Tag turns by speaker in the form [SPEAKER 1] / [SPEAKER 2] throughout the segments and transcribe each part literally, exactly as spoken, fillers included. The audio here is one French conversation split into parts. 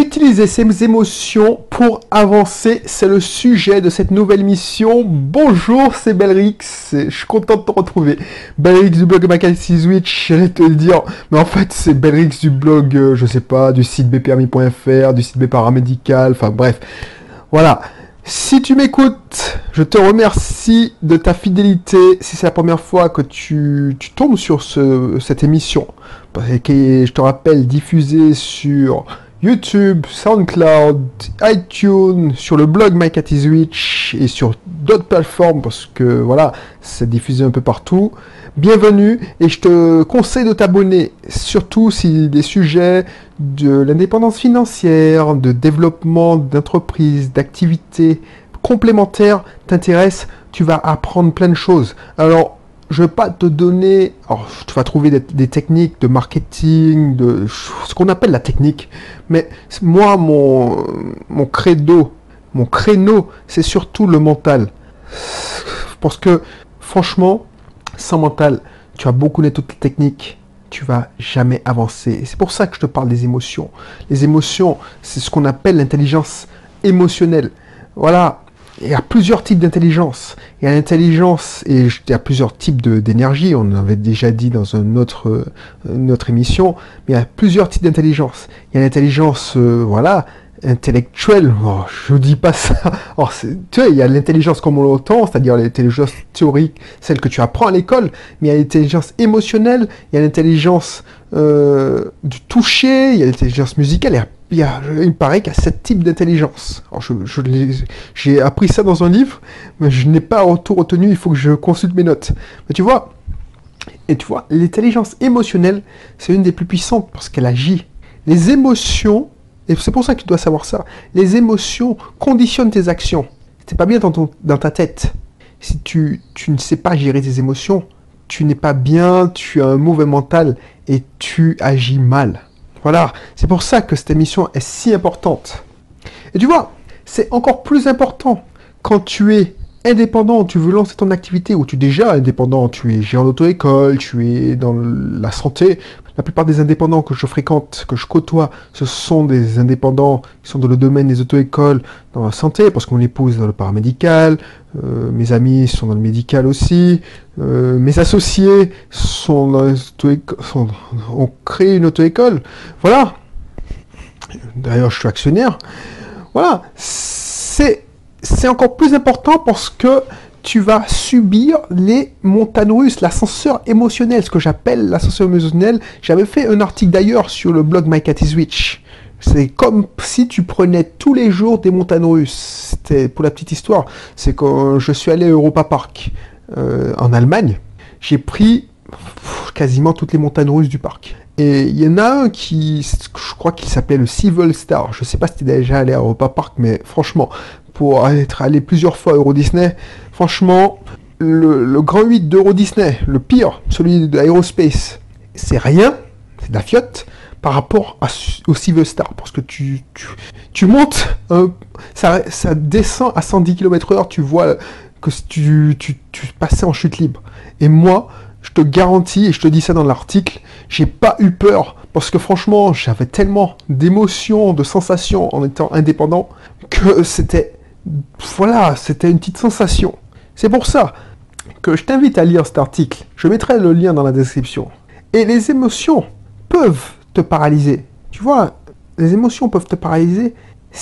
[SPEAKER 1] Utiliser ses émotions pour avancer, c'est le sujet de cette nouvelle émission. Bonjour, c'est Belrix, je suis content de te retrouver. Belrix du blog Macati Switch, j'allais te le dire, mais en fait c'est Belrix du blog, euh, je sais pas, du site b p r m i point f r, du site B Paramédical, enfin bref. Voilà, si tu m'écoutes, je te remercie de ta fidélité. Si c'est la première fois que tu, tu tombes sur ce, cette émission, qui est, je te rappelle, diffusée sur YouTube, SoundCloud, iTunes, sur le blog Macati Switch et sur d'autres plateformes parce que voilà, c'est diffusé un peu partout. Bienvenue et je te conseille de t'abonner, surtout si les sujets de l'indépendance financière, de développement d'entreprise, d'activités complémentaires t'intéressent. Tu vas apprendre plein de choses. Alors, je ne vais pas te donner... Alors, tu vas trouver des, des techniques de marketing, de ce qu'on appelle la technique. Mais moi, mon, mon credo, mon créneau, c'est surtout le mental. Parce que, franchement, sans mental, tu as beaucoup de techniques, tu vas jamais avancer. Et c'est pour ça que je te parle des émotions. Les émotions, c'est ce qu'on appelle l'intelligence émotionnelle. Voilà. Il y a plusieurs types d'intelligence. Il y a l'intelligence et il y a plusieurs types de, d'énergie. On avait déjà dit dans une autre, une autre émission. Mais il y a plusieurs types d'intelligence. Il y a l'intelligence, euh, voilà, intellectuelle. Oh, je ne dis pas ça. Alors, c'est, tu vois, il y a l'intelligence comme on l'entend, c'est-à-dire l'intelligence théorique, celle que tu apprends à l'école. Mais il y a l'intelligence émotionnelle. Il y a l'intelligence euh, du toucher. Il y a l'intelligence musicale. Il y a Il, y a, il me paraît qu'il y a sept types d'intelligence. Alors je, je j'ai appris ça dans un livre, mais je n'ai pas tout retenu, il faut que je consulte mes notes. Mais tu vois, et tu vois, l'intelligence émotionnelle, c'est une des plus puissantes parce qu'elle agit. Les émotions, et c'est pour ça que tu dois savoir ça, les émotions conditionnent tes actions. C'est pas bien dans, ton, dans ta tête. Si tu, tu ne sais pas gérer tes émotions, tu n'es pas bien, tu as un mauvais mental et tu agis mal. Voilà, c'est pour ça que cette émission est si importante. Et tu vois, c'est encore plus important quand tu es indépendant, tu veux lancer ton activité, ou tu es déjà indépendant, tu es gérant d'auto-école, tu es dans la santé. La plupart des indépendants que je fréquente, que je côtoie, ce sont des indépendants qui sont dans le domaine des auto-écoles, dans la santé, parce qu'on épouse dans le paramédical, euh, mes amis sont dans le médical aussi, euh, mes associés sont dans les sont, ont créé une auto-école. Voilà. D'ailleurs, je suis actionnaire. Voilà. C'est, c'est encore plus important parce que tu vas subir les montagnes russes, l'ascenseur émotionnel, ce que j'appelle l'ascenseur émotionnel. J'avais fait un article d'ailleurs sur le blog Macati Switch. C'est comme si tu prenais tous les jours des montagnes russes. C'était, pour la petite histoire, c'est quand je suis allé à Europa Park euh, en Allemagne, j'ai pris pff, quasiment toutes les montagnes russes du parc. Et il y en a un qui, je crois qu'il s'appelait le Civil Star. Je sais pas si tu es déjà allé à Europa Park, mais franchement, pour être allé plusieurs fois à Euro Disney, franchement, le, le grand huit d'Euro Disney, le pire, celui d'Aerospace, c'est rien, c'est de la fiotte, par rapport à, au Civil Star, parce que tu, tu, tu montes, euh, ça, ça descend à cent dix kilomètres heure, tu vois que tu, tu, tu passais en chute libre. Et moi, je te garantis, et je te dis ça dans l'article, j'ai pas eu peur, parce que franchement, j'avais tellement d'émotions, de sensations en étant indépendant, que c'était... Voilà, c'était une petite sensation. C'est pour ça que je t'invite à lire cet article. Je mettrai le lien dans la description. Et les émotions peuvent te paralyser. Tu vois, les émotions peuvent te paralyser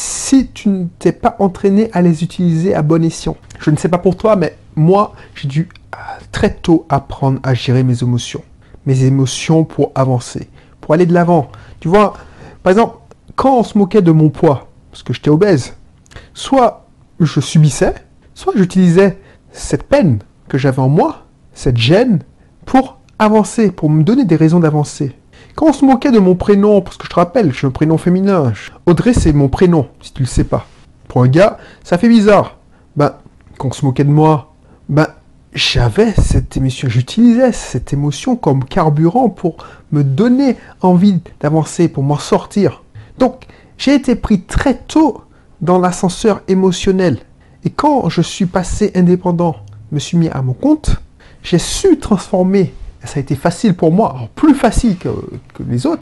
[SPEAKER 1] si tu ne t'es pas entraîné à les utiliser à bon escient. Je ne sais pas pour toi, mais moi, j'ai dû très tôt apprendre à gérer mes émotions. Mes émotions pour avancer, pour aller de l'avant. Tu vois, par exemple, quand on se moquait de mon poids, parce que j'étais obèse, soit je subissais, soit j'utilisais cette peine que j'avais en moi, cette gêne, pour avancer, pour me donner des raisons d'avancer. Quand on se moquait de mon prénom, parce que je te rappelle, je suis un prénom féminin, Audrey c'est mon prénom, si tu le sais pas. Pour un gars, ça fait bizarre. Ben, quand on se moquait de moi, ben, j'avais cette émotion, j'utilisais cette émotion comme carburant pour me donner envie d'avancer, pour m'en sortir. Donc, j'ai été pris très tôt dans l'ascenseur émotionnel. Et quand je suis passé indépendant, me suis mis à mon compte, j'ai su transformer, et ça a été facile pour moi, alors plus facile que, que les autres,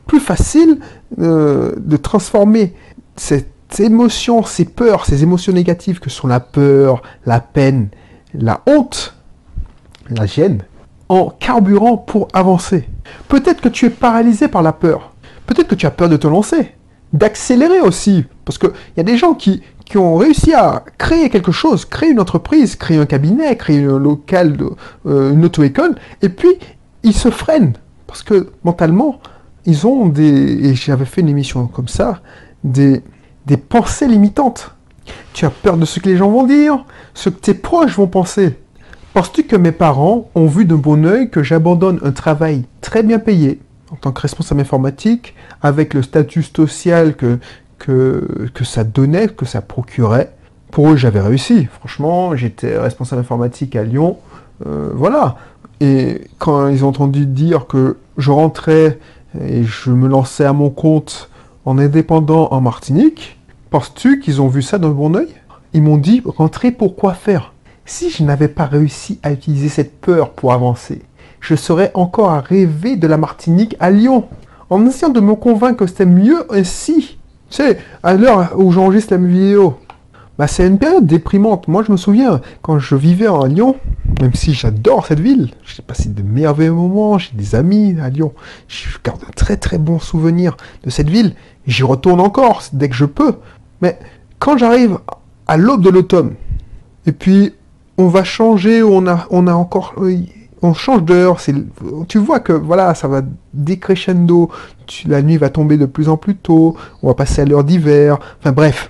[SPEAKER 1] plus facile euh, de transformer cette émotion, ces peurs, ces émotions négatives que sont la peur, la peine, la honte, la gêne, en carburant pour avancer. Peut-être que tu es paralysé par la peur. Peut-être que tu as peur de te lancer, d'accélérer aussi. Parce qu'il y a des gens qui, qui ont réussi à créer quelque chose, créer une entreprise, créer un cabinet, créer un local, de, euh, une auto-école, et puis ils se freinent. Parce que mentalement, ils ont des... Et j'avais fait une émission comme ça, des, des pensées limitantes. Tu as peur de ce que les gens vont dire, ce que tes proches vont penser. Penses-tu que mes parents ont vu de bon œil que j'abandonne un travail très bien payé en tant que responsable informatique, avec le statut social que, que, que ça donnait, que ça procurait? Pour eux, j'avais réussi. Franchement, j'étais responsable informatique à Lyon. Euh, voilà. Et quand ils ont entendu dire que je rentrais et je me lançais à mon compte en indépendant en Martinique, penses-tu qu'ils ont vu ça d'un bon œil? Ils m'ont dit, rentrer pour quoi faire? Si je n'avais pas réussi à utiliser cette peur pour avancer, je serais encore à rêver de la Martinique à Lyon, en essayant de me convaincre que c'était mieux ainsi. Tu sais, à l'heure où j'enregistre la vidéo, bah c'est une période déprimante. Moi, je me souviens, quand je vivais à Lyon, même si j'adore cette ville, j'ai passé de merveilleux moments, j'ai des amis à Lyon, je garde un très très bon souvenir de cette ville, j'y retourne encore dès que je peux. Mais quand j'arrive à l'aube de l'automne, et puis on va changer, on a, on a encore, on change d'heure, tu vois que voilà, ça va décrescendo, tu, la nuit va tomber de plus en plus tôt, on va passer à l'heure d'hiver, enfin bref.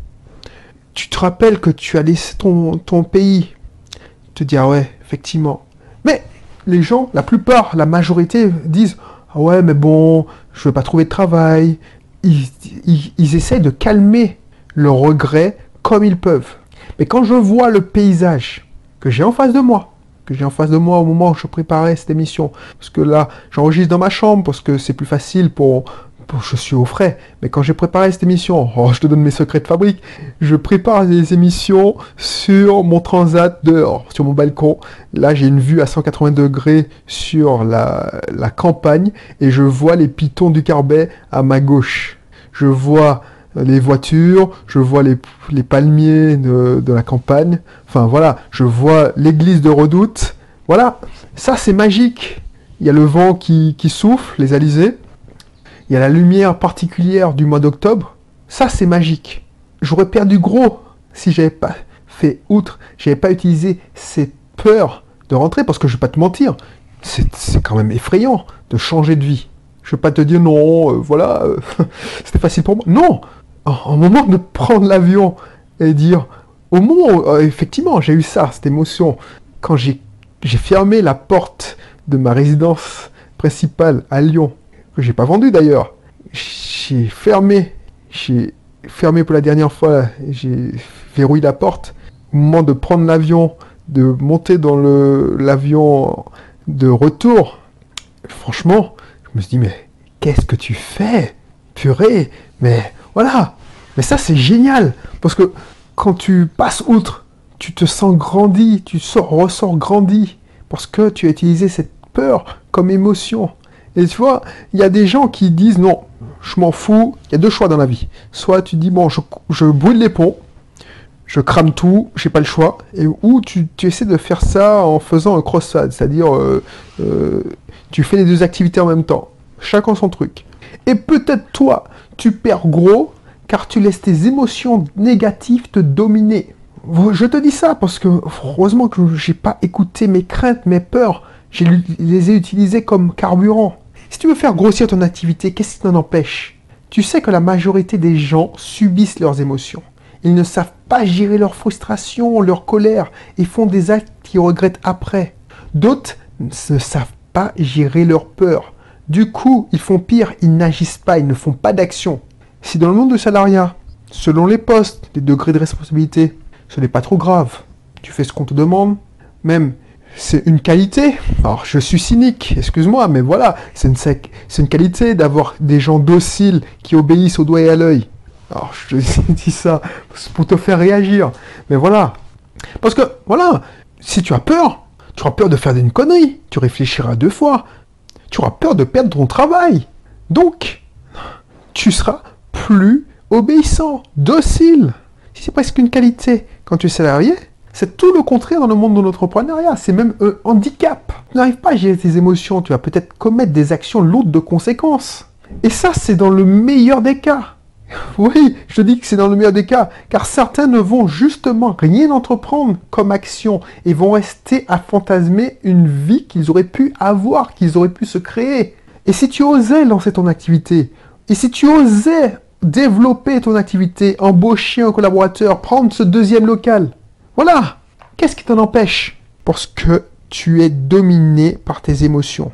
[SPEAKER 1] Tu te rappelles que tu as laissé ton, ton pays, te dire ah ouais, effectivement. Mais les gens, la plupart, la majorité disent ah ouais, mais bon, je veux pas trouver de travail. Ils, ils, ils essaient de calmer leurs regrets comme ils peuvent. Mais quand je vois le paysage que j'ai en face de moi, que j'ai en face de moi au moment où je préparais cette émission, parce que là, j'enregistre dans ma chambre, parce que c'est plus facile pour, pour... Je suis au frais, mais quand j'ai préparé cette émission, oh, je te donne mes secrets de fabrique, je prépare les émissions sur mon transat dehors, sur mon balcon. Là, j'ai une vue à cent quatre-vingts degrés sur la, la campagne, et je vois les pitons du Carbet à ma gauche. Je vois les voitures, je vois les, les palmiers de, de la campagne, enfin voilà, je vois l'église de Redoute, voilà, ça c'est magique. Il y a le vent qui, qui souffle, les alizés, il y a la lumière particulière du mois d'octobre, ça c'est magique. J'aurais perdu gros si j'avais pas fait outre, j'avais pas utilisé cette peur de rentrer, parce que je vais pas te mentir, c'est, c'est quand même effrayant de changer de vie. Je vais pas te dire non, euh, voilà, euh, c'était facile pour moi. Non, au moment de prendre l'avion et dire, au moment où, euh, effectivement, j'ai eu ça, cette émotion, quand j'ai, j'ai fermé la porte de ma résidence principale à Lyon, que j'ai pas vendue d'ailleurs, j'ai fermé, j'ai fermé pour la dernière fois, j'ai verrouillé la porte, au moment de prendre l'avion, de monter dans le, l'avion de retour, franchement, je me suis dit, mais qu'est-ce que tu fais? Purée, mais voilà. Mais ça, c'est génial. Parce que quand tu passes outre, tu te sens grandi, tu sors, ressors grandi. Parce que tu as utilisé cette peur comme émotion. Et tu vois, il y a des gens qui disent, non, je m'en fous. Il y a deux choix dans la vie. Soit tu dis, bon, je, je brûle les ponts, je crame tout, j'ai pas le choix. Et, ou tu, tu essaies de faire ça en faisant un crossfade. C'est-à-dire, euh, euh, tu fais les deux activités en même temps. Chacun son truc. Et peut-être toi, tu perds gros car tu laisses tes émotions négatives te dominer. Je te dis ça parce que, heureusement que j'ai pas écouté mes craintes, mes peurs. Je les ai utilisées comme carburant. Si tu veux faire grossir ton activité, qu'est-ce qui t'en empêche? Tu sais que la majorité des gens subissent leurs émotions. Ils ne savent pas gérer leur frustration, leur colère et font des actes qu'ils regrettent après. D'autres ne savent pas gérer leur peur. Du coup, ils font pire, ils n'agissent pas, ils ne font pas d'action. Si dans le monde du salariat, selon les postes, les degrés de responsabilité, ce n'est pas trop grave, tu fais ce qu'on te demande, même c'est une qualité, alors je suis cynique, excuse-moi, mais voilà, c'est une, c'est une qualité d'avoir des gens dociles qui obéissent au doigt et à l'œil. Alors je te dis ça pour te faire réagir, mais voilà. Parce que, voilà, si tu as peur, tu auras peur de faire une connerie, tu réfléchiras deux fois, tu auras peur de perdre ton travail. Donc, tu seras plus obéissant, docile. Si c'est presque une qualité quand tu es salarié, c'est tout le contraire dans le monde de l'entrepreneuriat. C'est même un handicap. Tu n'arrives pas à gérer tes émotions. Tu vas peut-être commettre des actions lourdes de conséquences. Et ça, c'est dans le meilleur des cas. Oui, je te dis que c'est dans le meilleur des cas, car certains ne vont justement rien entreprendre comme action et vont rester à fantasmer une vie qu'ils auraient pu avoir, qu'ils auraient pu se créer. Et si tu osais lancer ton activité, et si tu osais développer ton activité, embaucher un collaborateur, prendre ce deuxième local, voilà, qu'est-ce qui t'en empêche? Parce que tu es dominé par tes émotions.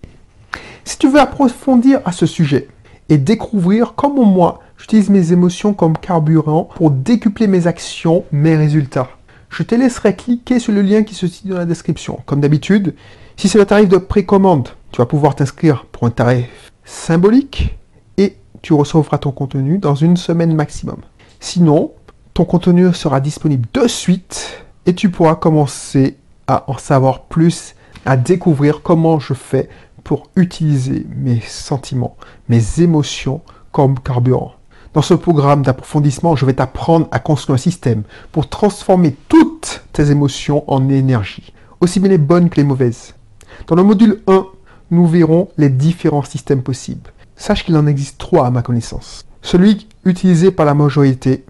[SPEAKER 1] Si tu veux approfondir à ce sujet et découvrir comment moi, j'utilise mes émotions comme carburant pour décupler mes actions, mes résultats, je te laisserai cliquer sur le lien qui se situe dans la description. Comme d'habitude, si c'est le tarif de précommande, tu vas pouvoir t'inscrire pour un tarif symbolique et tu recevras ton contenu dans une semaine maximum. Sinon, ton contenu sera disponible de suite et tu pourras commencer à en savoir plus, à découvrir comment je fais pour utiliser mes sentiments, mes émotions comme carburant. Dans ce programme d'approfondissement, je vais t'apprendre à construire un système pour transformer toutes tes émotions en énergie, aussi bien les bonnes que les mauvaises. Dans le module un, nous verrons les différents systèmes possibles. Sache qu'il en existe trois à ma connaissance. Celui utilisé par la majorité,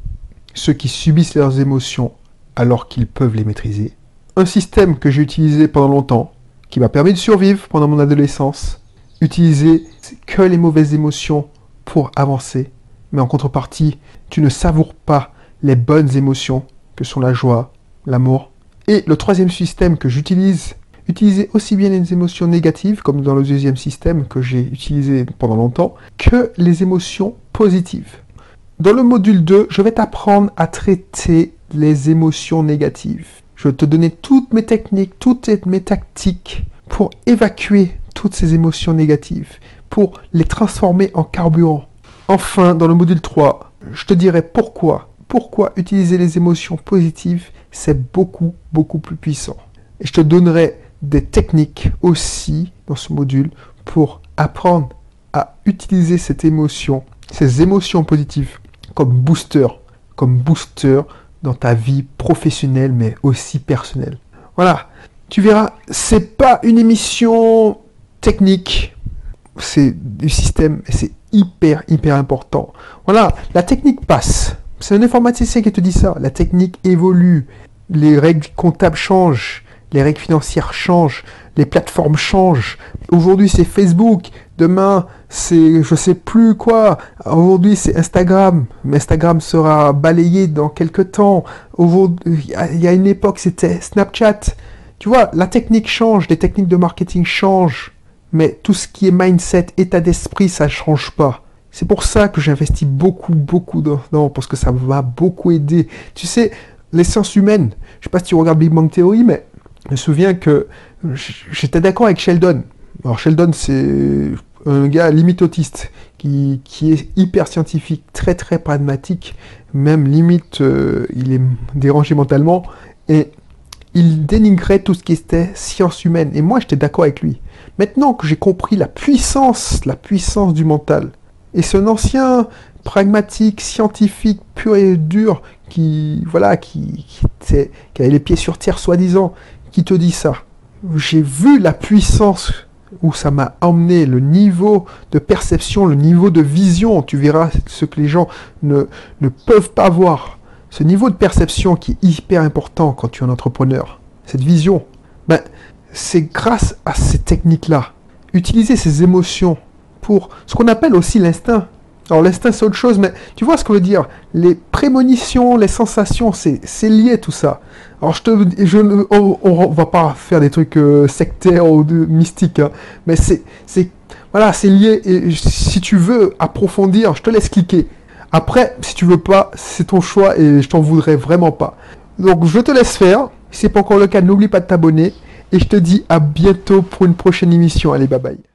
[SPEAKER 1] ceux qui subissent leurs émotions alors qu'ils peuvent les maîtriser. Un système que j'ai utilisé pendant longtemps, qui m'a permis de survivre pendant mon adolescence. Utiliser que les mauvaises émotions pour avancer. Mais en contrepartie, tu ne savoures pas les bonnes émotions que sont la joie, l'amour. Et le troisième système que j'utilise, utiliser aussi bien les émotions négatives, comme dans le deuxième système que j'ai utilisé pendant longtemps, que les émotions positives. Dans le module deux, je vais t'apprendre à traiter les émotions négatives. Je vais te donner toutes mes techniques, toutes mes tactiques pour évacuer toutes ces émotions négatives, pour les transformer en carburant. Enfin, dans le module trois, je te dirai pourquoi, pourquoi utiliser les émotions positives, c'est beaucoup, beaucoup plus puissant. Et je te donnerai des techniques aussi dans ce module pour apprendre à utiliser cette émotion, ces émotions positives comme booster, comme booster dans ta vie professionnelle, mais aussi personnelle. Voilà, tu verras, c'est pas une émission technique, c'est du système, et c'est hyper, hyper important. Voilà, la technique passe. C'est un informaticien qui te dit ça. La technique évolue, les règles comptables changent, les règles financières changent, les plateformes changent. Aujourd'hui, c'est Facebook. Demain, c'est je sais plus quoi. Aujourd'hui, c'est Instagram. Mais Instagram sera balayé dans quelques temps. Aujourd'hui, il y a une époque, c'était Snapchat. Tu vois, la technique change, les techniques de marketing changent. Mais tout ce qui est mindset, état d'esprit, ça ne change pas. C'est pour ça que j'investis beaucoup, beaucoup dedans, parce que ça va beaucoup aider. Tu sais, les sciences humaines, je ne sais pas si tu regardes Big Bang Theory, mais je me souviens que j'étais d'accord avec Sheldon. Alors Sheldon, c'est un gars limite autiste, qui, qui est hyper scientifique, très très pragmatique, même limite, euh, il est dérangé mentalement, et il dénigrait tout ce qui était sciences humaines. Et moi, j'étais d'accord avec lui. Maintenant que j'ai compris la puissance, la puissance du mental, et c'est un ancien pragmatique, scientifique, pur et dur, qui, voilà, qui, qui, était, qui avait les pieds sur terre, soi-disant, qui te dit ça. J'ai vu la puissance où ça m'a emmené, le niveau de perception, le niveau de vision. Tu verras ce que les gens ne, ne peuvent pas voir. Ce niveau de perception qui est hyper important quand tu es un entrepreneur. Cette vision, ben, c'est grâce à ces techniques-là. Utiliser ces émotions pour ce qu'on appelle aussi l'instinct. Alors l'instinct, c'est autre chose, mais tu vois ce que veut dire. Les prémonitions, les sensations, c'est, c'est lié tout ça. Alors je te, je, on, on va pas faire des trucs euh, sectaires ou de, mystiques, hein, mais c'est, c'est, voilà, c'est lié. Et si tu veux approfondir, je te laisse cliquer. Après, si tu veux pas, c'est ton choix et je t'en voudrais vraiment pas. Donc je te laisse faire. Si c'est pas encore le cas, n'oublie pas de t'abonner. Et je te dis à bientôt pour une prochaine émission. Allez, bye bye.